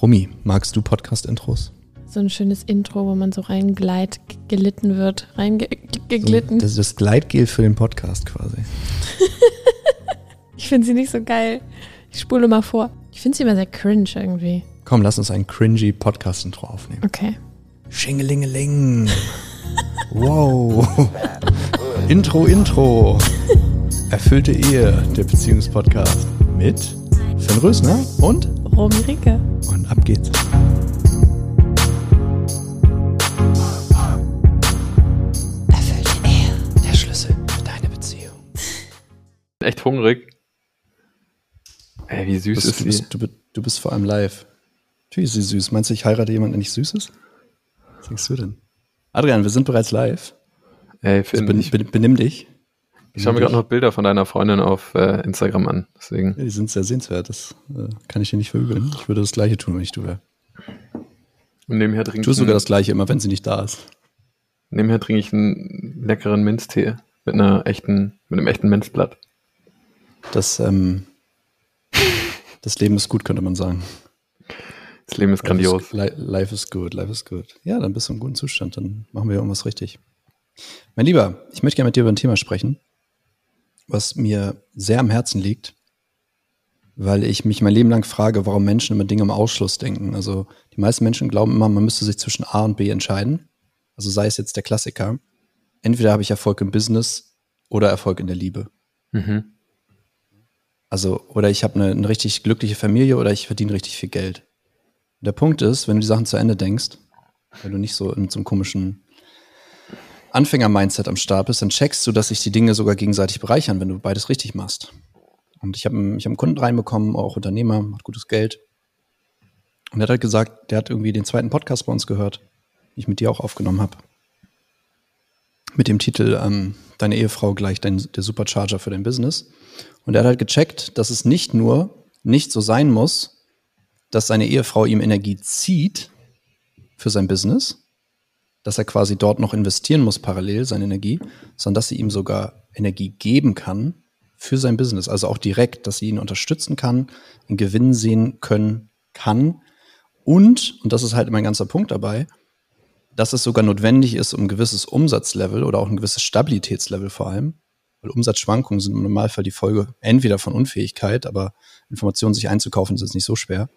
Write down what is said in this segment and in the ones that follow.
Romy, magst du Podcast-Intros? So ein schönes Intro, wo man so gelitten wird. Reingeglitten. Das ist das Gleitgel für den Podcast quasi. Ich finde sie nicht so geil. Ich spule mal vor. Ich finde sie immer sehr cringe irgendwie. Komm, lass uns ein cringy Podcast-Intro aufnehmen. Okay. Schingelingeling. Wow. Intro. Erfüllte Ehe, der Beziehungspodcast. Mit Sven Rösner und Romy Rieke. Und ab geht's. Erfüllte Ehe, der Schlüssel für deine Beziehung. Echt hungrig. Ey, wie süß ist sie. Du bist vor allem live. Natürlich ist sie süß. Meinst du, ich heirate jemanden, der nicht süß ist? Was denkst du denn? Adrian, wir sind bereits live. Ey, Finn, benimm dich. Ich schaue mir gerade noch Bilder von deiner Freundin auf Instagram an. Deswegen. Ja, die sind sehr sehenswert. Das kann ich dir nicht verübeln. Ich würde das Gleiche tun, wenn ich du wäre. Und nebenher trinke ich tue sogar das Gleiche, immer wenn sie nicht da ist. Nebenher trinke ich einen leckeren Minztee mit einem echten Minzblatt. Das Leben ist gut, könnte man sagen. Das Leben ist grandios. Life is good. Ja, dann bist du im guten Zustand. Dann machen wir irgendwas richtig. Mein Lieber, ich möchte gerne mit dir über ein Thema sprechen, was mir sehr am Herzen liegt, weil ich mich mein Leben lang frage, warum Menschen immer Dinge im Ausschluss denken. Also die meisten Menschen glauben immer, man müsste sich zwischen A und B entscheiden. Also sei es jetzt der Klassiker. Entweder habe ich Erfolg im Business oder Erfolg in der Liebe. Mhm. Also, oder ich habe eine richtig glückliche Familie oder ich verdiene richtig viel Geld. Und der Punkt ist, wenn du die Sachen zu Ende denkst, wenn du nicht so in so einem komischen Anfänger-Mindset am Start bist, dann checkst du, dass sich die Dinge sogar gegenseitig bereichern, wenn du beides richtig machst. Und ich hab einen Kunden reinbekommen, auch Unternehmer, macht gutes Geld. Und er hat halt gesagt, der hat irgendwie den zweiten Podcast bei uns gehört, den ich mit dir auch aufgenommen habe. Mit dem Titel Deine Ehefrau gleich der Supercharger für dein Business. Und er hat halt gecheckt, dass es nicht so sein muss, dass seine Ehefrau ihm Energie zieht für sein Business, dass er quasi dort noch investieren muss parallel, seine Energie, sondern dass sie ihm sogar Energie geben kann für sein Business. Also auch direkt, dass sie ihn unterstützen kann, einen Gewinn sehen können kann. Und das ist halt mein ganzer Punkt dabei, dass es sogar notwendig ist, um ein gewisses Umsatzlevel oder auch ein gewisses Stabilitätslevel vor allem, weil Umsatzschwankungen sind im Normalfall die Folge entweder von Unfähigkeit, aber Informationen sich einzukaufen ist jetzt nicht so schwer.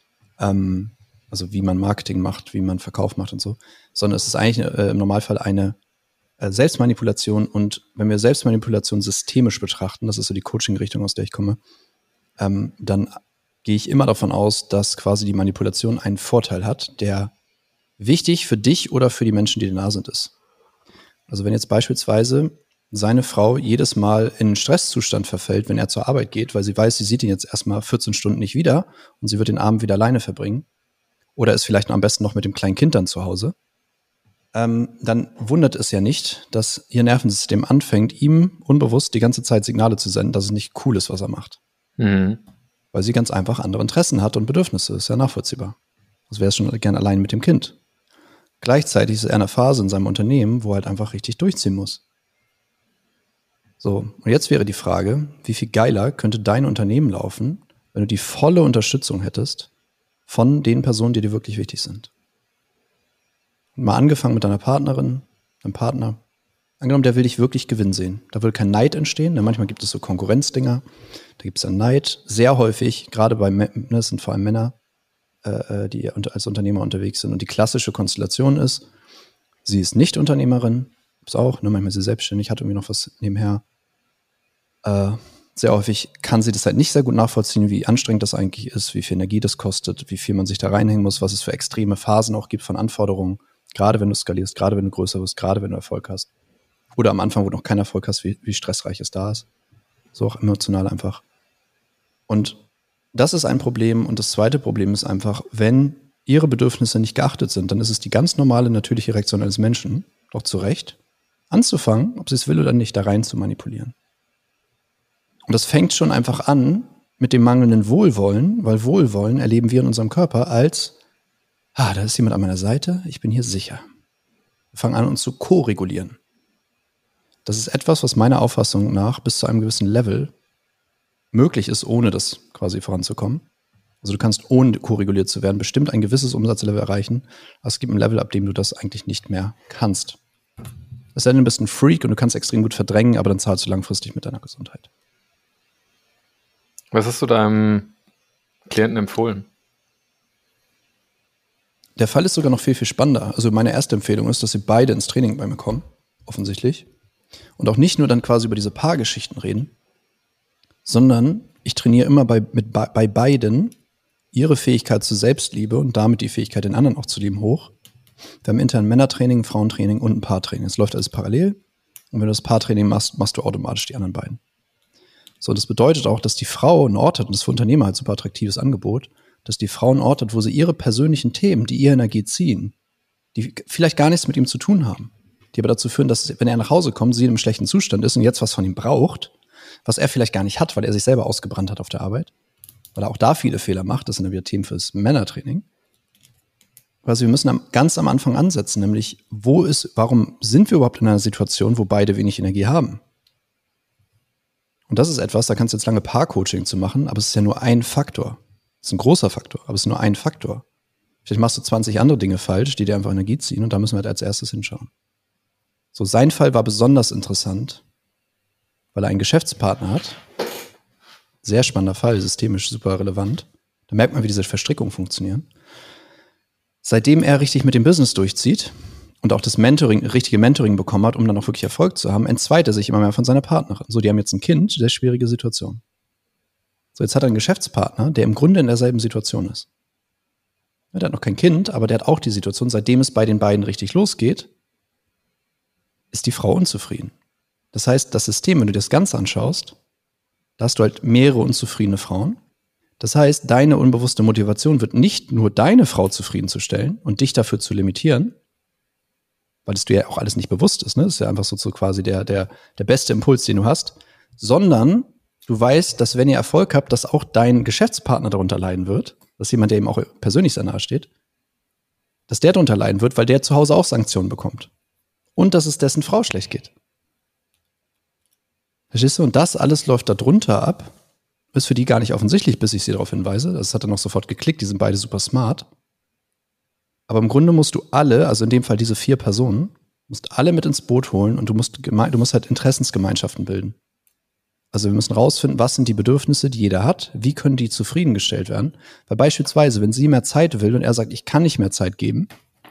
Also wie man Marketing macht, wie man Verkauf macht und so, sondern es ist eigentlich im Normalfall eine Selbstmanipulation. Und wenn wir Selbstmanipulation systemisch betrachten, das ist so die Coaching-Richtung, aus der ich komme, dann gehe ich immer davon aus, dass quasi die Manipulation einen Vorteil hat, der wichtig für dich oder für die Menschen, die dir nah sind, ist. Also wenn jetzt beispielsweise seine Frau jedes Mal in einen Stresszustand verfällt, wenn er zur Arbeit geht, weil sie weiß, sie sieht ihn jetzt erstmal 14 Stunden nicht wieder und sie wird den Abend wieder alleine verbringen, oder ist vielleicht am besten noch mit dem kleinen Kind dann zu Hause, dann wundert es ja nicht, dass ihr Nervensystem anfängt, ihm unbewusst die ganze Zeit Signale zu senden, dass es nicht cool ist, was er macht. Mhm. Weil sie ganz einfach andere Interessen hat und Bedürfnisse, ist ja nachvollziehbar. Das wäre es schon gern allein mit dem Kind. Gleichzeitig ist er in einer Phase in seinem Unternehmen, wo er halt einfach richtig durchziehen muss. So, und jetzt wäre die Frage, wie viel geiler könnte dein Unternehmen laufen, wenn du die volle Unterstützung hättest von den Personen, die dir wirklich wichtig sind. Und mal angefangen mit deiner Partnerin, deinem Partner. Angenommen, der will dich wirklich Gewinn sehen. Da will kein Neid entstehen, denn manchmal gibt es so Konkurrenzdinger. Da gibt es dann Neid. Sehr häufig, gerade das sind vor allem Männer, die als Unternehmer unterwegs sind. Und die klassische Konstellation ist, sie ist nicht Unternehmerin, gibt's auch, manchmal ist sie selbstständig, hat irgendwie noch was nebenher. Sehr häufig kann sie das halt nicht sehr gut nachvollziehen, wie anstrengend das eigentlich ist, wie viel Energie das kostet, wie viel man sich da reinhängen muss, was es für extreme Phasen auch gibt von Anforderungen, gerade wenn du skalierst, gerade wenn du größer wirst, gerade wenn du Erfolg hast. Oder am Anfang, wo du noch keinen Erfolg hast, wie stressreich es da ist. So auch emotional einfach. Und das ist ein Problem. Und das zweite Problem ist einfach, wenn ihre Bedürfnisse nicht geachtet sind, dann ist es die ganz normale, natürliche Reaktion eines Menschen, doch zu Recht, anzufangen, ob sie es will oder nicht, da rein zu manipulieren. Und das fängt schon einfach an mit dem mangelnden Wohlwollen, weil Wohlwollen erleben wir in unserem Körper als, da ist jemand an meiner Seite, ich bin hier sicher. Wir fangen an, uns zu ko-regulieren. Das ist etwas, was meiner Auffassung nach bis zu einem gewissen Level möglich ist, ohne das quasi voranzukommen. Also du kannst, ohne koreguliert zu werden, bestimmt ein gewisses Umsatzlevel erreichen, aber es gibt ein Level, ab dem du das eigentlich nicht mehr kannst. Es sei denn, du bist ein Freak und du kannst extrem gut verdrängen, aber dann zahlst du langfristig mit deiner Gesundheit. Was hast du deinem Klienten empfohlen? Der Fall ist sogar noch viel, viel spannender. Also meine erste Empfehlung ist, dass sie beide ins Training bei mir kommen, offensichtlich. Und auch nicht nur dann quasi über diese Paargeschichten reden, sondern ich trainiere immer bei beiden ihre Fähigkeit zur Selbstliebe und damit die Fähigkeit, den anderen auch zu lieben, hoch. Wir haben intern Männertraining, Frauentraining und ein Paartraining. Es läuft alles parallel. Und wenn du das Paartraining machst, machst du automatisch die anderen beiden. So, das bedeutet auch, dass die Frau einen Ort hat, und das ist für Unternehmer halt super attraktives Angebot, dass die Frau einen Ort hat, wo sie ihre persönlichen Themen, die ihr Energie ziehen, die vielleicht gar nichts mit ihm zu tun haben, die aber dazu führen, dass, wenn er nach Hause kommt, sie in einem schlechten Zustand ist und jetzt was von ihm braucht, was er vielleicht gar nicht hat, weil er sich selber ausgebrannt hat auf der Arbeit, weil er auch da viele Fehler macht. Das sind dann wieder Themen fürs Männertraining. Also wir müssen ganz am Anfang ansetzen, nämlich warum sind wir überhaupt in einer Situation, wo beide wenig Energie haben? Und das ist etwas, da kannst du jetzt lange Paar-Coaching zu machen, aber es ist ja nur ein Faktor. Es ist ein großer Faktor, aber es ist nur ein Faktor. Vielleicht machst du 20 andere Dinge falsch, die dir einfach Energie ziehen, und da müssen wir halt als erstes hinschauen. So, sein Fall war besonders interessant, weil er einen Geschäftspartner hat. Sehr spannender Fall, systemisch super relevant. Da merkt man, wie diese Verstrickungen funktionieren. Seitdem er richtig mit dem Business durchzieht und auch das richtige Mentoring bekommen hat, um dann auch wirklich Erfolg zu haben, entzweit er sich immer mehr von seiner Partnerin. So, die haben jetzt ein Kind, sehr schwierige Situation. So, jetzt hat er einen Geschäftspartner, der im Grunde in derselben Situation ist. Ja, der hat noch kein Kind, aber der hat auch die Situation, seitdem es bei den beiden richtig losgeht, ist die Frau unzufrieden. Das heißt, das System, wenn du dir das Ganze anschaust, da hast du halt mehrere unzufriedene Frauen. Das heißt, deine unbewusste Motivation wird nicht nur deine Frau zufriedenzustellen und dich dafür zu limitieren, weil es dir ja auch alles nicht bewusst ist, ne? Das ist ja einfach so quasi der beste Impuls, den du hast, sondern du weißt, dass wenn ihr Erfolg habt, dass auch dein Geschäftspartner darunter leiden wird, dass jemand, der ihm auch persönlich sehr nahe steht, dass der darunter leiden wird, weil der zu Hause auch Sanktionen bekommt. Und dass es dessen Frau schlecht geht. Verstehst du? Und das alles läuft da drunter ab. Ist für die gar nicht offensichtlich, bis ich sie darauf hinweise. Das hat dann noch sofort geklickt, die sind beide super smart. Aber im Grunde musst du alle, also in dem Fall diese 4 Personen, musst alle mit ins Boot holen und du musst halt Interessensgemeinschaften bilden. Also wir müssen rausfinden, was sind die Bedürfnisse, die jeder hat, wie können die zufriedengestellt werden. Weil beispielsweise, wenn sie mehr Zeit will und er sagt, ich kann nicht mehr Zeit geben,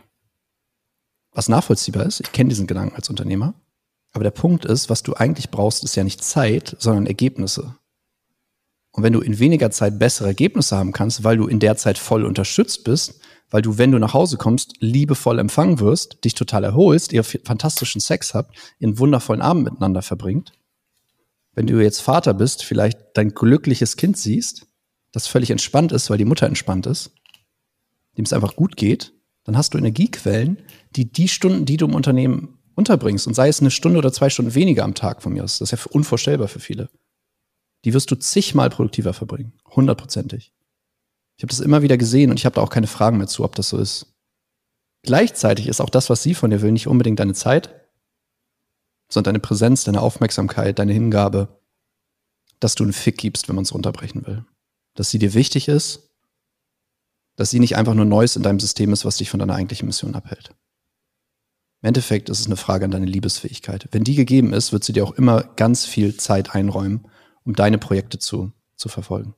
was nachvollziehbar ist, ich kenne diesen Gedanken als Unternehmer, aber der Punkt ist, was du eigentlich brauchst, ist ja nicht Zeit, sondern Ergebnisse. Und wenn du in weniger Zeit bessere Ergebnisse haben kannst, weil du in der Zeit voll unterstützt bist, weil du, wenn du nach Hause kommst, liebevoll empfangen wirst, dich total erholst, ihr fantastischen Sex habt, ihr einen wundervollen Abend miteinander verbringt, wenn du jetzt Vater bist, vielleicht dein glückliches Kind siehst, das völlig entspannt ist, weil die Mutter entspannt ist, dem es einfach gut geht, dann hast du Energiequellen, die Stunden, die du im Unternehmen unterbringst, und sei es 1 Stunde oder 2 Stunden weniger am Tag von mir aus, das ist ja unvorstellbar für viele, die wirst du zigmal produktiver verbringen, 100%ig. Ich habe das immer wieder gesehen und ich habe da auch keine Fragen mehr zu, ob das so ist. Gleichzeitig ist auch das, was sie von dir will, nicht unbedingt deine Zeit, sondern deine Präsenz, deine Aufmerksamkeit, deine Hingabe, dass du einen Fick gibst, wenn man es runterbrechen will. Dass sie dir wichtig ist, dass sie nicht einfach nur Neues in deinem System ist, was dich von deiner eigentlichen Mission abhält. Im Endeffekt ist es eine Frage an deine Liebesfähigkeit. Wenn die gegeben ist, wird sie dir auch immer ganz viel Zeit einräumen, um deine Projekte zu verfolgen.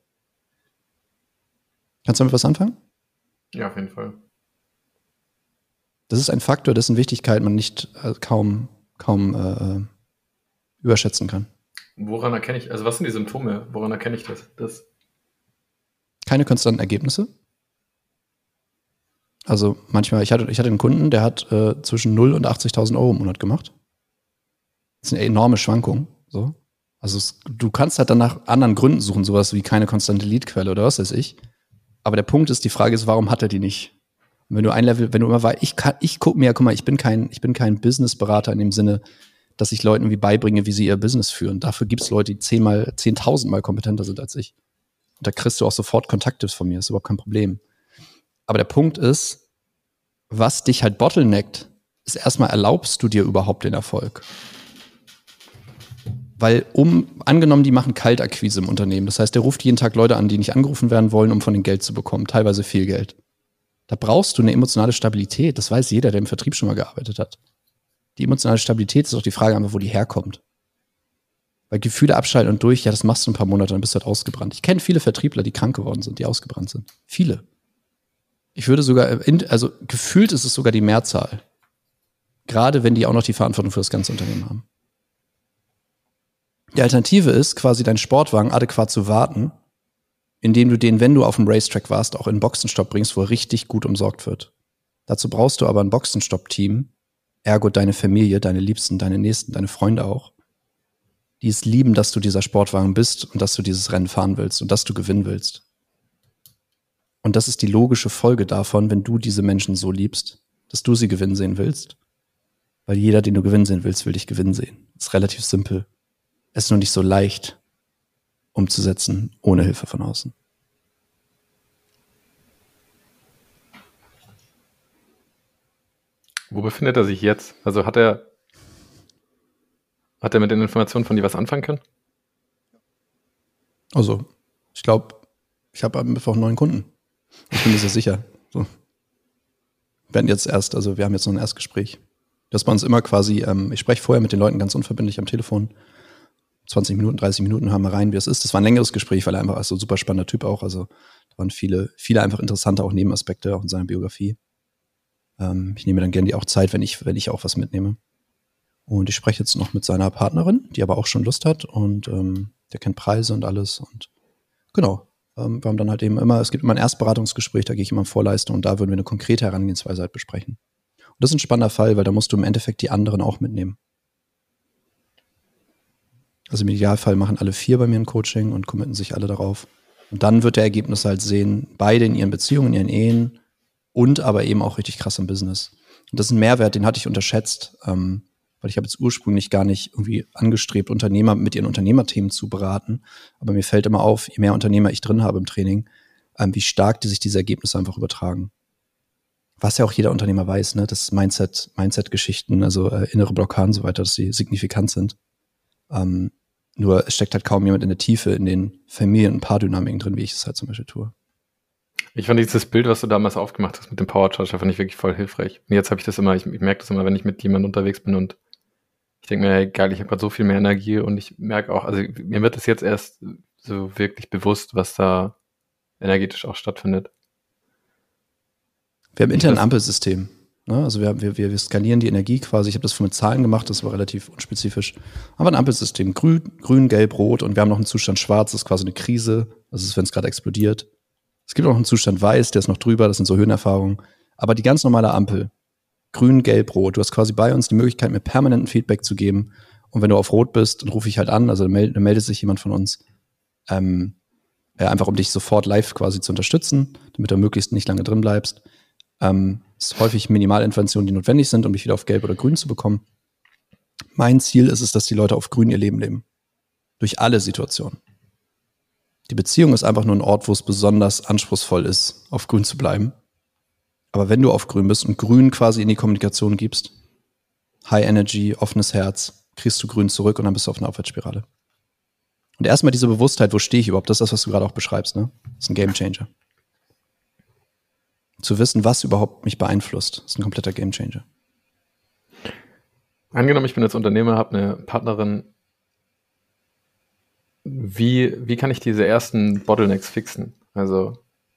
Kannst du damit was anfangen? Ja, auf jeden Fall. Das ist ein Faktor, dessen Wichtigkeit man nicht kaum überschätzen kann. Woran erkenne ich, also was sind die Symptome? Woran erkenne ich das? Keine konstanten Ergebnisse. Also manchmal, ich hatte einen Kunden, der hat zwischen 0 und 80.000 Euro im Monat gemacht. Das sind enorme Schwankungen. So. Also du kannst halt dann nach anderen Gründen suchen, sowas wie keine konstante Leadquelle oder was weiß ich. Aber der Punkt ist, die Frage ist, warum hat er die nicht? Und wenn du immer weißt, ich guck mir, guck mal, ich bin kein Businessberater in dem Sinne, dass ich Leuten wie beibringe, wie sie ihr Business führen. Dafür gibt es Leute, die 10.000 Mal kompetenter sind als ich. Und da kriegst du auch sofort Kontakttipps von mir, ist überhaupt kein Problem. Aber der Punkt ist, was dich halt bottleneckt, ist erstmal, erlaubst du dir überhaupt den Erfolg? Weil angenommen, die machen Kaltakquise im Unternehmen. Das heißt, der ruft jeden Tag Leute an, die nicht angerufen werden wollen, um von denen Geld zu bekommen. Teilweise viel Geld. Da brauchst du eine emotionale Stabilität. Das weiß jeder, der im Vertrieb schon mal gearbeitet hat. Die emotionale Stabilität ist auch die Frage einfach, wo die herkommt. Weil Gefühle abschalten und durch, ja, das machst du ein paar Monate, dann bist du halt ausgebrannt. Ich kenne viele Vertriebler, die krank geworden sind, die ausgebrannt sind. Viele. Ich würde sogar, also gefühlt ist es sogar die Mehrzahl. Gerade wenn die auch noch die Verantwortung für das ganze Unternehmen haben. Die Alternative ist, quasi deinen Sportwagen adäquat zu warten, indem du den, wenn du auf dem Racetrack warst, auch in einen Boxenstopp bringst, wo er richtig gut umsorgt wird. Dazu brauchst du aber ein Boxenstopp-Team, ergo deine Familie, deine Liebsten, deine Nächsten, deine Freunde auch, die es lieben, dass du dieser Sportwagen bist und dass du dieses Rennen fahren willst und dass du gewinnen willst. Und das ist die logische Folge davon, wenn du diese Menschen so liebst, dass du sie gewinnen sehen willst. Weil jeder, den du gewinnen sehen willst, will dich gewinnen sehen. Das ist relativ simpel. Es ist nur nicht so leicht umzusetzen, ohne Hilfe von außen. Wo befindet er sich jetzt? Also hat er mit den Informationen von dir was anfangen können? Also, ich glaube, ich habe am Mittwoch 9 Kunden. Ich bin mir sehr sicher. So. Wir haben jetzt noch ein Erstgespräch. Das ist bei uns immer quasi, ich spreche vorher mit den Leuten ganz unverbindlich am Telefon. 20 Minuten, 30 Minuten hören wir rein, wie es ist. Das war ein längeres Gespräch, weil er einfach so ein super spannender Typ auch. Also da waren viele einfach interessante auch Nebenaspekte auch in seiner Biografie. Ich nehme dann gerne die auch Zeit, wenn ich auch was mitnehme. Und ich spreche jetzt noch mit seiner Partnerin, die aber auch schon Lust hat und der kennt Preise und alles. Und genau, wir haben dann halt es gibt immer ein Erstberatungsgespräch, da gehe ich immer in Vorleistung und da würden wir eine konkrete Herangehensweise halt besprechen. Und das ist ein spannender Fall, weil da musst du im Endeffekt die anderen auch mitnehmen. Also im Idealfall machen alle 4 bei mir ein Coaching und committen sich alle darauf. Und dann wird der Ergebnis halt sehen, beide in ihren Beziehungen, in ihren Ehen und aber eben auch richtig krass im Business. Und das ist ein Mehrwert, den hatte ich unterschätzt, weil ich habe jetzt ursprünglich gar nicht irgendwie angestrebt, Unternehmer mit ihren Unternehmerthemen zu beraten. Aber mir fällt immer auf, je mehr Unternehmer ich drin habe im Training, wie stark die sich diese Ergebnisse einfach übertragen. Was ja auch jeder Unternehmer weiß, ne, dass Mindset-Geschichten, also innere Blockaden und so weiter, dass sie signifikant sind. Nur es steckt halt kaum jemand in der Tiefe in den Familien- und Paardynamiken drin, wie ich es halt zum Beispiel tue. Ich fand dieses Bild, was du damals aufgemacht hast mit dem Power Charger, fand ich wirklich voll hilfreich. Und jetzt habe ich das immer, ich merke das immer, wenn ich mit jemandem unterwegs bin und ich denke mir, hey, geil, ich habe gerade so viel mehr Energie und ich merke auch, also mir wird das jetzt erst so wirklich bewusst, was da energetisch auch stattfindet. Wir haben intern ein Ampelsystem. Ne? Also wir skalieren die Energie quasi. Ich habe das mit Zahlen gemacht, das war relativ unspezifisch. Aber ein Ampelsystem, grün, gelb, rot und wir haben noch einen Zustand schwarz, das ist quasi eine Krise. Das ist, wenn es gerade explodiert. Es gibt auch noch einen Zustand weiß, der ist noch drüber, das sind so Höhenerfahrungen. Aber die ganz normale Ampel, grün, gelb, rot, du hast quasi bei uns die Möglichkeit, mir permanenten Feedback zu geben. Und wenn du auf rot bist, dann rufe ich halt an, also dann meldet sich jemand von uns, einfach um dich sofort live quasi zu unterstützen, damit du möglichst nicht lange drin bleibst. Es ist häufig Minimalinterventionen, die notwendig sind, um dich wieder auf gelb oder grün zu bekommen. Mein Ziel ist es, dass die Leute auf grün ihr Leben leben. Durch alle Situationen. Die Beziehung ist einfach nur ein Ort, wo es besonders anspruchsvoll ist, auf grün zu bleiben. Aber wenn du auf grün bist und grün quasi in die Kommunikation gibst, High Energy, offenes Herz, kriegst du grün zurück und dann bist du auf einer Aufwärtsspirale. Und erstmal diese Bewusstheit, wo stehe ich überhaupt, das ist das, was du gerade auch beschreibst, ne? Das ist ein Gamechanger. Zu wissen, was überhaupt mich beeinflusst, ist ein kompletter Gamechanger. Angenommen, ich bin jetzt Unternehmer, habe eine Partnerin. Wie kann ich diese ersten Bottlenecks fixen? Also,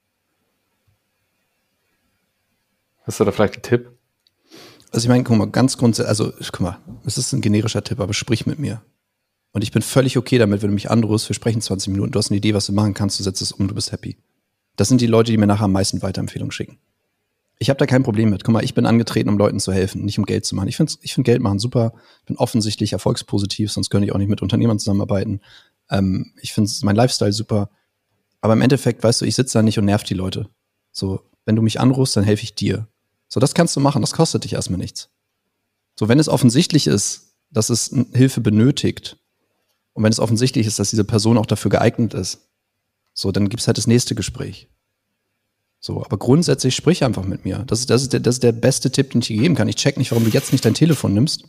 hast du da vielleicht einen Tipp? Also ich meine, guck mal, ganz grundsätzlich, es ist ein generischer Tipp, aber sprich mit mir. Und ich bin völlig okay damit, wenn du mich anrufst, wir sprechen 20 Minuten, du hast eine Idee, was du machen kannst, du setzt es um, du bist happy. Das sind die Leute, die mir nachher am meisten Weiterempfehlungen schicken. Ich habe da kein Problem mit. Guck mal, ich bin angetreten, um Leuten zu helfen, nicht um Geld zu machen. Ich finde Geld machen super. Ich bin offensichtlich erfolgspositiv, sonst könnte ich auch nicht mit Unternehmern zusammenarbeiten. Ich finde mein Lifestyle super. Aber im Endeffekt, weißt du, ich sitze da nicht und nerv die Leute. So, wenn du mich anrufst, dann helfe ich dir. So, das kannst du machen, das kostet dich erstmal nichts. So, wenn es offensichtlich ist, dass es Hilfe benötigt und wenn es offensichtlich ist, dass diese Person auch dafür geeignet ist, so, dann gibt's halt das nächste Gespräch. So, aber grundsätzlich sprich einfach mit mir. Das ist der beste Tipp, den ich dir geben kann. Ich check nicht, warum du jetzt nicht dein Telefon nimmst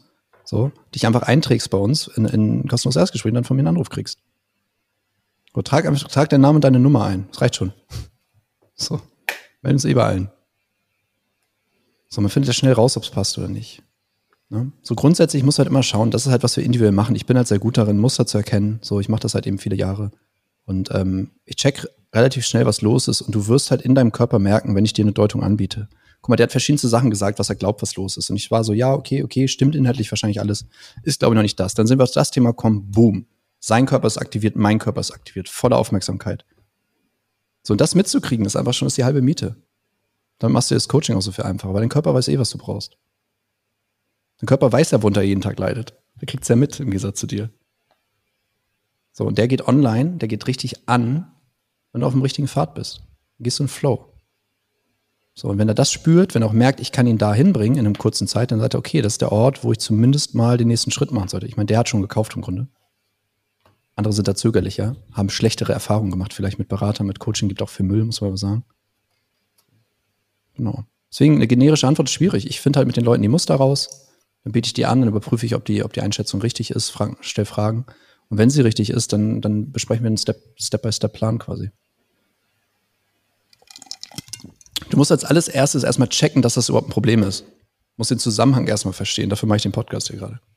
So, dich einfach einträgst bei uns in ein kostenloses Erstgespräch und dann von mir einen Anruf kriegst. So, trag deinen Namen und deine Nummer ein. Das reicht schon. So, melden uns bei allen. So, man findet ja schnell raus, ob es passt oder nicht. Ne? So grundsätzlich muss halt immer schauen, das ist halt, was wir individuell machen. Ich bin halt sehr gut darin, Muster zu erkennen. So, ich mache das halt eben viele Jahre. Und ich check relativ schnell, was los ist. Und du wirst halt in deinem Körper merken, wenn ich dir eine Deutung anbiete. Guck mal, der hat verschiedenste Sachen gesagt, was er glaubt, was los ist. Und ich war so, ja, okay, stimmt inhaltlich wahrscheinlich alles. Ist, glaube ich, noch nicht das. Dann sind wir auf das Thema gekommen, boom. Sein Körper ist aktiviert, mein Körper ist aktiviert. Volle Aufmerksamkeit. So, und das mitzukriegen, ist einfach schon die halbe Miete. Dann machst du das Coaching auch so viel einfacher, weil dein Körper weiß was du brauchst. Dein Körper weiß ja, worunter er jeden Tag leidet. Der kriegt's ja mit, im Gegensatz zu dir. So, und der geht online, der geht richtig an, wenn du auf dem richtigen Pfad bist. Dann gehst du in Flow. So, und wenn er das spürt, wenn er auch merkt, ich kann ihn da hinbringen in einer kurzen Zeit, dann sagt er, okay, das ist der Ort, wo ich zumindest mal den nächsten Schritt machen sollte. Ich meine, der hat schon gekauft im Grunde. Andere sind da zögerlicher, haben schlechtere Erfahrungen gemacht, vielleicht mit Beratern, mit Coaching, gibt auch viel Müll, muss man aber sagen. Genau. Deswegen eine generische Antwort ist schwierig. Ich finde halt mit den Leuten die Muster raus, dann biete ich die an, dann überprüfe ich, ob die Einschätzung richtig ist, stell Fragen. Und wenn sie richtig ist, dann besprechen wir einen Step-by-Step-Plan quasi. Du musst als alles erstes erstmal checken, dass das überhaupt ein Problem ist. Du musst den Zusammenhang erstmal verstehen. Dafür mache ich den Podcast hier gerade.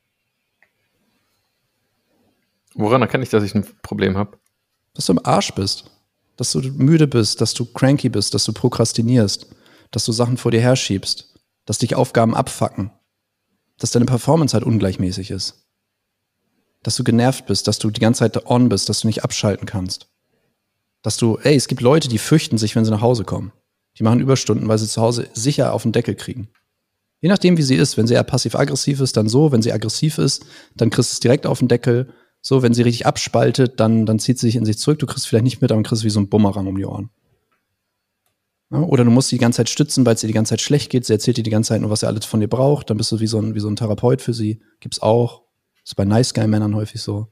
Woran erkenne ich, dass ich ein Problem habe? Dass du im Arsch bist. Dass du müde bist, dass du cranky bist, dass du prokrastinierst, dass du Sachen vor dir herschiebst, dass dich Aufgaben abfacken, dass deine Performance halt ungleichmäßig ist, dass du genervt bist, dass du die ganze Zeit on bist, dass du nicht abschalten kannst, dass es gibt Leute, die fürchten sich, wenn sie nach Hause kommen. Die machen Überstunden, weil sie zu Hause sicher auf den Deckel kriegen. Je nachdem, wie sie ist. Wenn sie eher passiv-aggressiv ist, dann so. Wenn sie aggressiv ist, dann kriegst du es direkt auf den Deckel. So, wenn sie richtig abspaltet, dann zieht sie sich in sich zurück. Du kriegst vielleicht nicht mit, aber dann kriegst du wie so ein Bumerang um die Ohren. Ja, oder du musst sie die ganze Zeit stützen, weil es ihr die ganze Zeit schlecht geht. Sie erzählt dir die ganze Zeit nur, was sie alles von dir braucht. Dann bist du wie so ein Therapeut für sie. Gibt's auch. Ist bei Nice-Guy-Männern häufig so.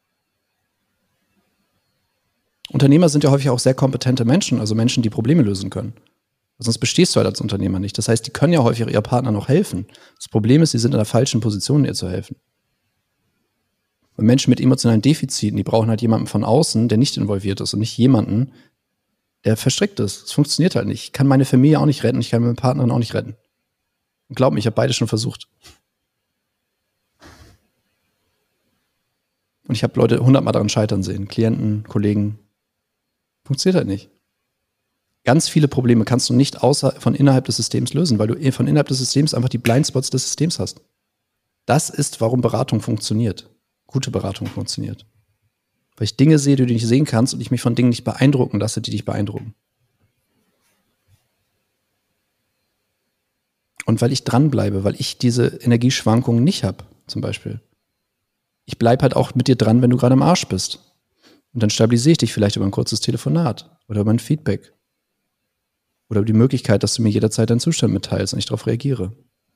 Unternehmer sind ja häufig auch sehr kompetente Menschen, also Menschen, die Probleme lösen können. Sonst bestehst du halt als Unternehmer nicht. Das heißt, die können ja häufig ihr Partner noch helfen. Das Problem ist, sie sind in der falschen Position, ihr zu helfen. Und Menschen mit emotionalen Defiziten, die brauchen halt jemanden von außen, der nicht involviert ist und nicht jemanden, der verstrickt ist. Es funktioniert halt nicht. Ich kann meine Familie auch nicht retten, ich kann meine Partnerin auch nicht retten. Und glaub mir, ich habe beide schon versucht. Und ich habe Leute 100-mal daran scheitern sehen. Klienten, Kollegen. Funktioniert halt nicht. Ganz viele Probleme kannst du nicht von innerhalb des Systems lösen, weil du von innerhalb des Systems einfach die Blindspots des Systems hast. Das ist, warum Beratung funktioniert. Gute Beratung funktioniert. Weil ich Dinge sehe, die du nicht sehen kannst und ich mich von Dingen nicht beeindrucken lasse, die dich beeindrucken. Und weil ich dranbleibe, weil ich diese Energieschwankungen nicht habe, zum Beispiel. Ich bleibe halt auch mit dir dran, wenn du gerade am Arsch bist. Und dann stabilisiere ich dich vielleicht über ein kurzes Telefonat oder über ein Feedback. Oder die Möglichkeit, dass du mir jederzeit deinen Zustand mitteilst und ich darauf reagiere.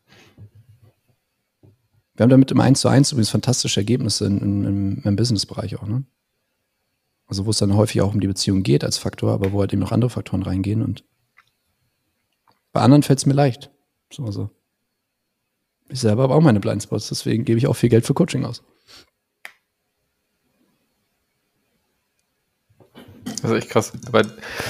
Wir haben damit im 1:1 übrigens fantastische Ergebnisse im Business-Bereich auch, ne? Also wo es dann häufig auch um die Beziehung geht als Faktor, aber wo halt eben noch andere Faktoren reingehen und bei anderen fällt es mir leicht. So, also. Ich selber habe auch meine Blindspots, deswegen gebe ich auch viel Geld für Coaching aus. Das ist echt krass. Aber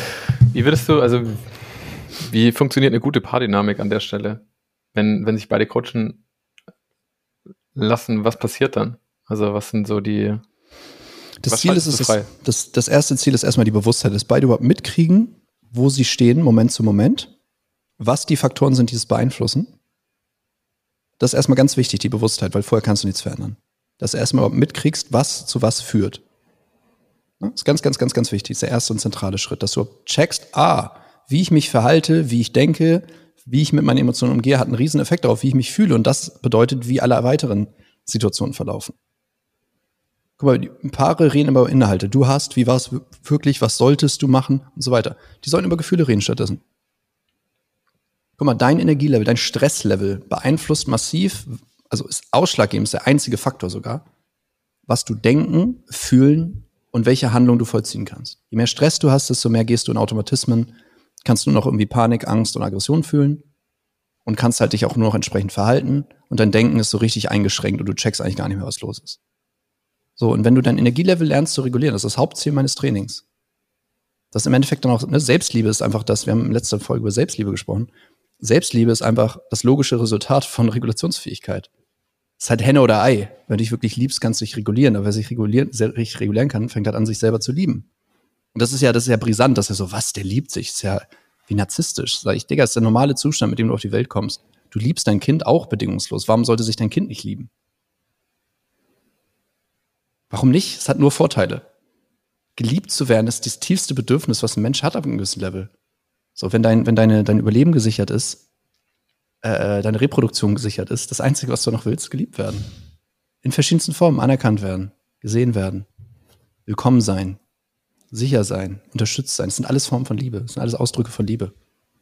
wie funktioniert eine gute Paardynamik an der Stelle? Wenn sich beide coachen lassen, was passiert dann? Also was sind so die... Das erste Ziel ist erstmal die Bewusstheit, dass beide überhaupt mitkriegen, wo sie stehen, Moment zu Moment, was die Faktoren sind, die es beeinflussen. Das ist erstmal ganz wichtig, die Bewusstheit, weil vorher kannst du nichts verändern. Dass du erstmal überhaupt mitkriegst, was zu was führt. Das ist ganz, ganz, ganz, ganz wichtig. Das ist der erste und zentrale Schritt, dass du checkst, wie ich mich verhalte, wie ich denke, wie ich mit meinen Emotionen umgehe, hat einen riesen Effekt darauf, wie ich mich fühle. Und das bedeutet, wie alle weiteren Situationen verlaufen. Guck mal, die Paare reden immer über Inhalte. Du hast, wie war es wirklich, was solltest du machen und so weiter. Die sollen über Gefühle reden stattdessen. Guck mal, dein Energielevel, dein Stresslevel beeinflusst massiv, also ist ausschlaggebend, ist der einzige Faktor sogar, was du denken, fühlen und welche Handlung du vollziehen kannst. Je mehr Stress du hast, desto mehr gehst du in Automatismen, kannst du noch irgendwie Panik, Angst und Aggression fühlen. und kannst halt dich auch nur noch entsprechend verhalten und dein Denken ist so richtig eingeschränkt und du checkst eigentlich gar nicht mehr, was los ist. So, und wenn du dein Energielevel lernst zu regulieren, das ist das Hauptziel meines Trainings. Das im Endeffekt dann auch, ne, Selbstliebe ist einfach das, wir haben in letzter Folge über Selbstliebe gesprochen. Selbstliebe ist einfach das logische Resultat von Regulationsfähigkeit. Es ist halt Henne oder Ei. Wenn du dich wirklich liebst, kannst du dich regulieren. Aber wer sich richtig regulieren kann, fängt halt an, sich selber zu lieben. Und das ist ja brisant, dass er so, was, der liebt sich. Das ist ja wie narzisstisch. Sag ich, Digga, das ist der normale Zustand, mit dem du auf die Welt kommst. Du liebst dein Kind auch bedingungslos. Warum sollte sich dein Kind nicht lieben? Warum nicht? Es hat nur Vorteile. Geliebt zu werden ist das tiefste Bedürfnis, was ein Mensch hat ab einem gewissen Level. So, wenn dein Überleben gesichert ist, deine Reproduktion gesichert ist, das Einzige, was du noch willst, geliebt werden. In verschiedensten Formen anerkannt werden, gesehen werden, willkommen sein, sicher sein, unterstützt sein. Das sind alles Formen von Liebe. Das sind alles Ausdrücke von Liebe.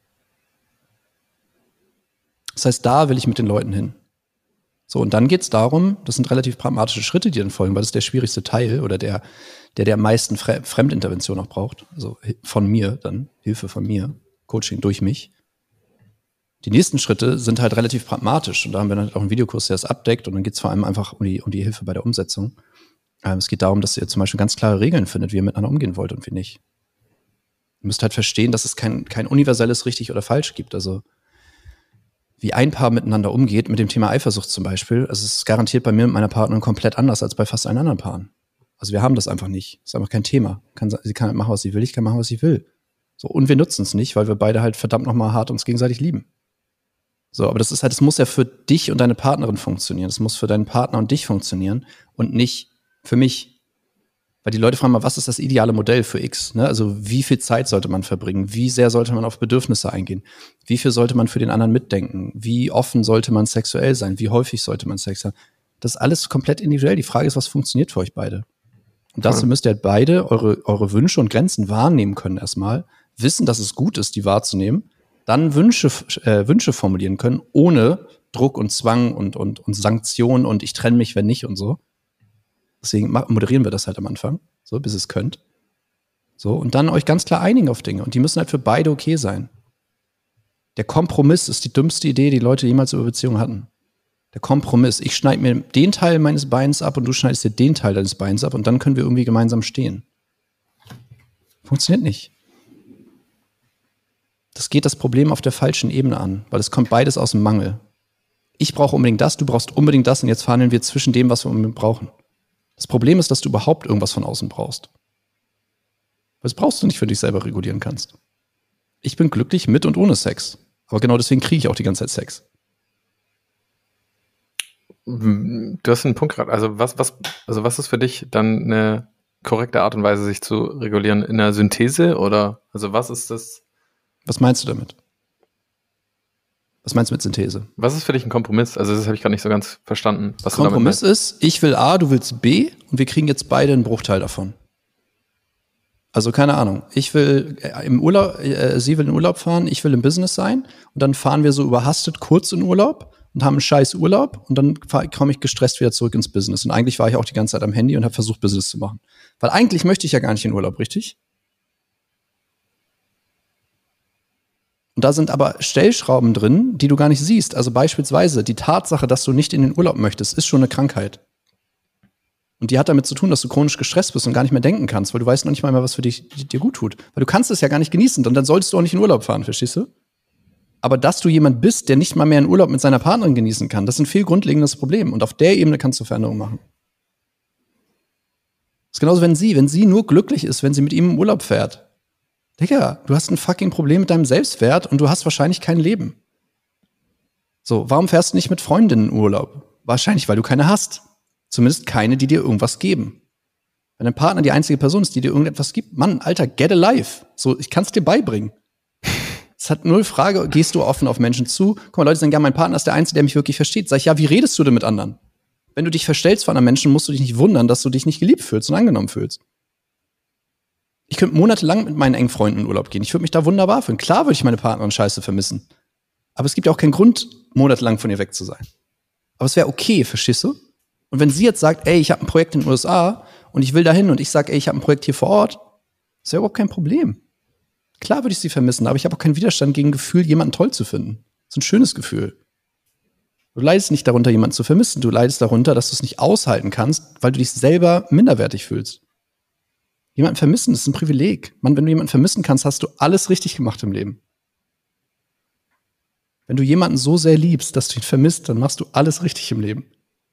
Das heißt, da will ich mit den Leuten hin. So, und dann geht's darum, das sind relativ pragmatische Schritte, die dann folgen, weil das ist der schwierigste Teil oder der am meisten Fremdintervention auch braucht. Also von mir dann, Hilfe von mir, Coaching durch mich. Die nächsten Schritte sind halt relativ pragmatisch und da haben wir dann auch einen Videokurs, der das abdeckt und dann geht's vor allem einfach um die Hilfe bei der Umsetzung. Es geht darum, dass ihr zum Beispiel ganz klare Regeln findet, wie ihr miteinander umgehen wollt und wie nicht. Ihr müsst halt verstehen, dass es kein universelles richtig oder falsch gibt. Also wie ein Paar miteinander umgeht, mit dem Thema Eifersucht zum Beispiel, also es ist garantiert bei mir und meiner Partnerin komplett anders als bei fast allen anderen Paaren. Also wir haben das einfach nicht. Das ist einfach kein Thema. Sie kann machen, was sie will, ich kann machen, was ich will. So, und wir nutzen es nicht, weil wir beide halt verdammt nochmal hart uns gegenseitig lieben. So, aber das ist halt, es muss ja für dich und deine Partnerin funktionieren. Es muss für deinen Partner und dich funktionieren und nicht für mich. Weil die Leute fragen mal, was ist das ideale Modell für X? Ne? Also wie viel Zeit sollte man verbringen? Wie sehr sollte man auf Bedürfnisse eingehen? Wie viel sollte man für den anderen mitdenken? Wie offen sollte man sexuell sein? Wie häufig sollte man Sex haben? Das ist alles komplett individuell. Die Frage ist, was funktioniert für euch beide? Und dazu müsst ihr halt beide eure Wünsche und Grenzen wahrnehmen können erstmal, wissen, dass es gut ist, die wahrzunehmen, dann Wünsche formulieren können, ohne Druck und Zwang und Sanktionen und ich trenne mich, wenn nicht und so. Deswegen moderieren wir das halt am Anfang, so bis es könnt. So, und dann euch ganz klar einigen auf Dinge. Und die müssen halt für beide okay sein. Der Kompromiss ist die dümmste Idee, die Leute jemals über Beziehungen hatten. Der Kompromiss. Ich schneide mir den Teil meines Beins ab und du schneidest dir den Teil deines Beins ab und dann können wir irgendwie gemeinsam stehen. Funktioniert nicht. Das geht das Problem auf der falschen Ebene an, weil es kommt beides aus dem Mangel. Ich brauche unbedingt das, du brauchst unbedingt das und jetzt verhandeln wir zwischen dem, was wir unbedingt brauchen. Das Problem ist, dass du überhaupt irgendwas von außen brauchst. Das brauchst du nicht für dich selber regulieren kannst. Ich bin glücklich mit und ohne Sex. Aber genau deswegen kriege ich auch die ganze Zeit Sex. Du hast einen Punkt gerade. Also was ist für dich dann eine korrekte Art und Weise, sich zu regulieren? In der Synthese oder also was ist das? Was meinst du damit? Was meinst du mit Synthese? Was ist für dich ein Kompromiss? Also das habe ich gerade nicht so ganz verstanden. Was Kompromiss ist, ich will A, du willst B und wir kriegen jetzt beide einen Bruchteil davon. Also keine Ahnung, ich will im Urlaub, sie will in Urlaub fahren, ich will im Business sein und dann fahren wir so überhastet kurz in Urlaub und haben einen scheiß Urlaub und dann komme ich gestresst wieder zurück ins Business. Und eigentlich war ich auch die ganze Zeit am Handy und habe versucht, Business zu machen. Weil eigentlich möchte ich ja gar nicht in Urlaub, richtig? Und da sind aber Stellschrauben drin, die du gar nicht siehst. Also beispielsweise die Tatsache, dass du nicht in den Urlaub möchtest, ist schon eine Krankheit. Und die hat damit zu tun, dass du chronisch gestresst bist und gar nicht mehr denken kannst, weil du weißt noch nicht mal mehr, was für dich dir gut tut. Weil du kannst es ja gar nicht genießen und dann solltest du auch nicht in Urlaub fahren, verstehst du? Aber dass du jemand bist, der nicht mal mehr einen Urlaub mit seiner Partnerin genießen kann, das ist ein viel grundlegendes Problem. Und auf der Ebene kannst du Veränderungen machen. Das ist genauso, wenn sie nur glücklich ist, wenn sie mit ihm im Urlaub fährt. Digga, du hast ein fucking Problem mit deinem Selbstwert und du hast wahrscheinlich kein Leben. So, warum fährst du nicht mit Freundinnen in Urlaub? Wahrscheinlich, weil du keine hast. Zumindest keine, die dir irgendwas geben. Wenn dein Partner die einzige Person ist, die dir irgendetwas gibt, Mann, Alter, get a life. So, ich kann es dir beibringen. Es hat null Frage, gehst du offen auf Menschen zu? Guck mal, Leute sagen, ja, mein Partner ist der Einzige, der mich wirklich versteht. Sag ich, ja, wie redest du denn mit anderen? Wenn du dich verstellst von anderen Menschen, musst du dich nicht wundern, dass du dich nicht geliebt fühlst und angenommen fühlst. Ich könnte monatelang mit meinen engen Freunden in Urlaub gehen. Ich würde mich da wunderbar fühlen. Klar würde ich meine Partnerin scheiße vermissen. Aber es gibt ja auch keinen Grund, monatelang von ihr weg zu sein. Aber es wäre okay, verstehst du? Und wenn sie jetzt sagt, ey, ich habe ein Projekt in den USA und ich will dahin und ich sage, ey, ich habe ein Projekt hier vor Ort, ist ja überhaupt kein Problem. Klar würde ich sie vermissen, aber ich habe auch keinen Widerstand gegen Gefühl, jemanden toll zu finden. Das ist ein schönes Gefühl. Du leidest nicht darunter, jemanden zu vermissen. Du leidest darunter, dass du es nicht aushalten kannst, weil du dich selber minderwertig fühlst. Jemanden vermissen, das ist ein Privileg. Mann, wenn du jemanden vermissen kannst, hast du alles richtig gemacht im Leben. Wenn du jemanden so sehr liebst, dass du ihn vermisst, dann machst du alles richtig im Leben.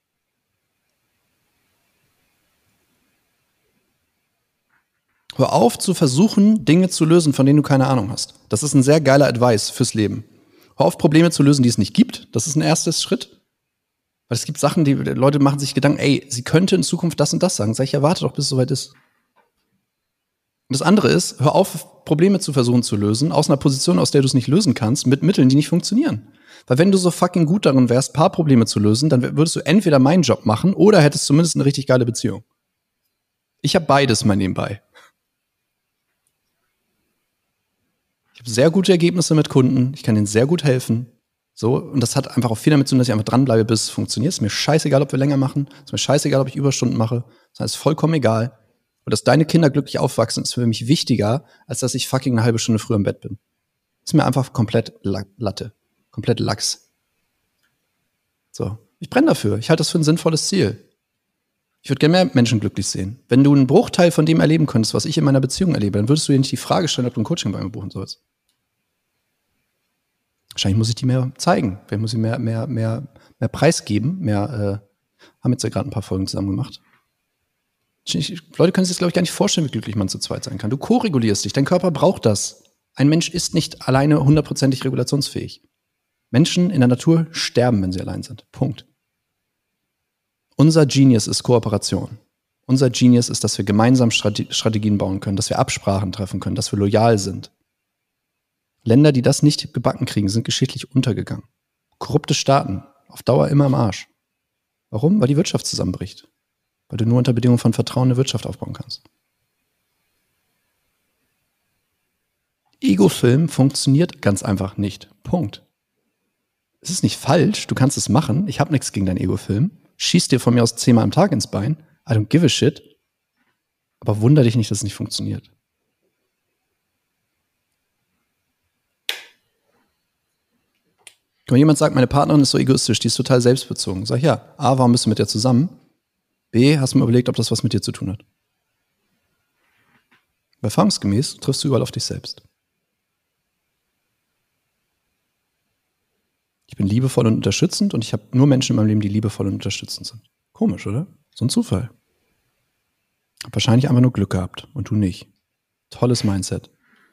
Hör auf zu versuchen, Dinge zu lösen, von denen du keine Ahnung hast. Das ist ein sehr geiler Advice fürs Leben. Hör auf, Probleme zu lösen, die es nicht gibt. Das ist ein erstes Schritt. Weil es gibt Sachen, die Leute machen sich Gedanken, ey, sie könnte in Zukunft das und das sagen. Sag ich, ja, warte doch, bis es soweit ist. Und das andere ist, hör auf, Probleme zu versuchen zu lösen, aus einer Position, aus der du es nicht lösen kannst, mit Mitteln, die nicht funktionieren. Weil wenn du so fucking gut darin wärst, paar Probleme zu lösen, dann würdest du entweder meinen Job machen oder hättest zumindest eine richtig geile Beziehung. Ich habe beides mal nebenbei. Ich habe sehr gute Ergebnisse mit Kunden, ich kann denen sehr gut helfen. So, und das hat einfach auch viel damit zu tun, dass ich einfach dranbleibe, bis es funktioniert. Ist mir scheißegal, ob wir länger machen, ist mir scheißegal, ob ich Überstunden mache. Das ist vollkommen egal. Und dass deine Kinder glücklich aufwachsen, ist für mich wichtiger, als dass ich fucking eine halbe Stunde früher im Bett bin. Ist mir einfach komplett Latte. Komplett Lachs. So. Ich brenne dafür. Ich halte das für ein sinnvolles Ziel. Ich würde gerne mehr Menschen glücklich sehen. Wenn du einen Bruchteil von dem erleben könntest, was ich in meiner Beziehung erlebe, dann würdest du dir nicht die Frage stellen, ob du ein Coaching bei mir buchen sollst. Wahrscheinlich muss ich die mehr zeigen. Vielleicht muss ich mehr preisgeben. Haben jetzt ja gerade ein paar Folgen zusammen gemacht. Leute können sich das, glaube ich, gar nicht vorstellen, wie glücklich man zu zweit sein kann. Du ko-regulierst dich. Dein Körper braucht das. Ein Mensch ist nicht alleine 100%ig regulationsfähig. Menschen in der Natur sterben, wenn sie allein sind. Punkt. Unser Genius ist Kooperation. Unser Genius ist, dass wir gemeinsam Strategien bauen können, dass wir Absprachen treffen können, dass wir loyal sind. Länder, die das nicht gebacken kriegen, sind geschichtlich untergegangen. Korrupte Staaten, auf Dauer immer im Arsch. Warum? Weil die Wirtschaft zusammenbricht. Weil du nur unter Bedingungen von Vertrauen eine Wirtschaft aufbauen kannst. Ego-Film funktioniert ganz einfach nicht. Punkt. Es ist nicht falsch, du kannst es machen. Ich habe nichts gegen deinen Ego-Film. Schieß dir von mir aus 10-mal am Tag ins Bein. I don't give a shit. Aber wunder dich nicht, dass es nicht funktioniert. Wenn jemand sagt, meine Partnerin ist so egoistisch, die ist total selbstbezogen. Sag ich, ja, A, warum bist du mit der zusammen? B, hast du mal überlegt, ob das was mit dir zu tun hat? Erfahrungsgemäß triffst du überall auf dich selbst. Ich bin liebevoll und unterstützend und ich habe nur Menschen in meinem Leben, die liebevoll und unterstützend sind. Komisch, oder? So ein Zufall. Hab wahrscheinlich einfach nur Glück gehabt und du nicht. Tolles Mindset.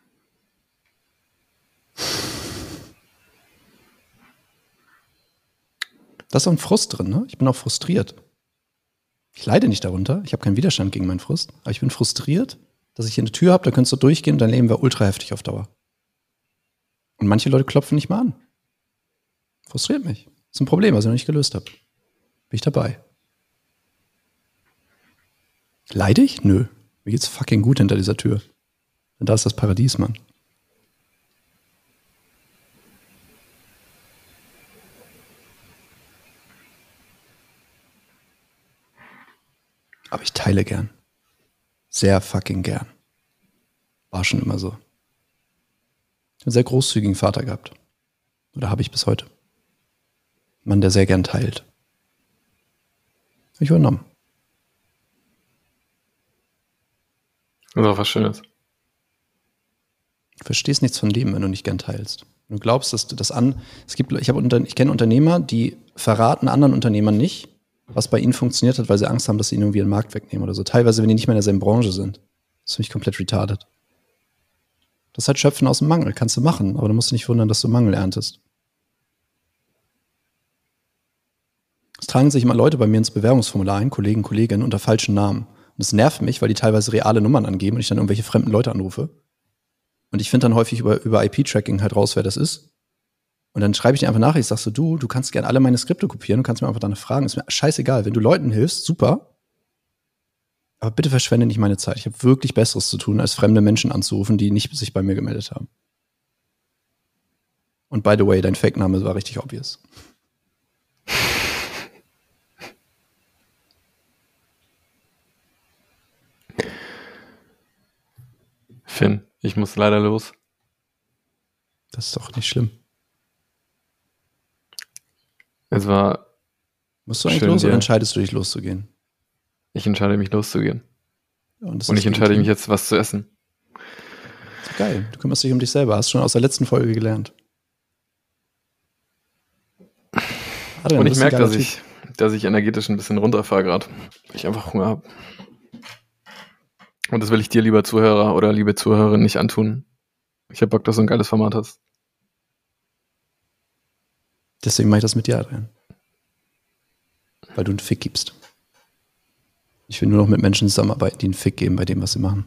Da ist auch ein Frust drin, ne? Ich bin auch frustriert. Ich leide nicht darunter, ich habe keinen Widerstand gegen meinen Frust, aber ich bin frustriert, dass ich hier eine Tür habe, da könntest du durchgehen und dein Leben wäre ultra heftig auf Dauer. Und manche Leute klopfen nicht mal an. Frustriert mich. Das ist ein Problem, was ich noch nicht gelöst habe. Bin ich dabei. Leide ich? Nö. Mir geht's fucking gut hinter dieser Tür. Denn da ist das Paradies, Mann. Aber ich teile gern. Sehr fucking gern. War schon immer so. Ich habe einen sehr großzügigen Vater gehabt. Oder habe ich bis heute. Ein Mann, der sehr gern teilt. Habe ich übernommen. Das ist auch was Schönes. Du verstehst nichts von Leben, wenn du nicht gern teilst. Wenn du glaubst, dass du das ich kenne Unternehmer, die verraten anderen Unternehmern nicht, was bei ihnen funktioniert hat, weil sie Angst haben, dass sie ihnen irgendwie einen Markt wegnehmen oder so. Teilweise, wenn die nicht mehr in derselben Branche sind. Das finde ich komplett retarded. Das ist halt Schöpfen aus dem Mangel. Kannst du machen, aber du musst dich nicht wundern, dass du Mangel erntest. Es tragen sich immer Leute bei mir ins Bewerbungsformular ein, Kollegen, Kolleginnen, unter falschen Namen. Und es nervt mich, weil die teilweise reale Nummern angeben und ich dann irgendwelche fremden Leute anrufe. Und ich finde dann häufig über IP-Tracking halt raus, wer das ist. Und dann schreibe ich dir einfach nach, ich sag so, du kannst gerne alle meine Skripte kopieren und kannst mir einfach danach fragen. Ist mir scheißegal. Wenn du Leuten hilfst, super. Aber bitte verschwende nicht meine Zeit. Ich habe wirklich Besseres zu tun, als fremde Menschen anzurufen, die nicht sich bei mir gemeldet haben. Und by the way, dein Fake-Name war richtig obvious. Finn, ich muss leider los. Das ist doch nicht schlimm. Es war Musst du eigentlich schön, los oder dir. entscheidest du dich loszugehen? Ich entscheide mich loszugehen. Ja, das Und ist ich entscheide mich legitim. jetzt, was zu essen. Ist geil. Du kümmerst dich um dich selber. Hast schon aus der letzten Folge gelernt. Adrian, Und du ich bist ein merke, geiler dass ich energetisch ein bisschen runterfahre gerade. Ich einfach Hunger habe. Und das will ich dir, lieber Zuhörer oder liebe Zuhörerin, nicht antun. Ich habe Bock, dass du ein geiles Format hast. Deswegen mache ich das mit dir, Adrian. Weil du einen Fick gibst. Ich will nur noch mit Menschen zusammenarbeiten, die einen Fick geben bei dem, was sie machen.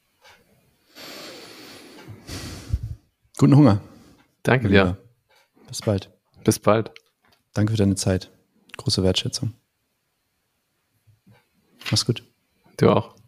Guten Hunger. Danke mein Lieber. dir. Bis bald. Bis bald. Danke für deine Zeit. Große Wertschätzung. Mach's gut. Du auch.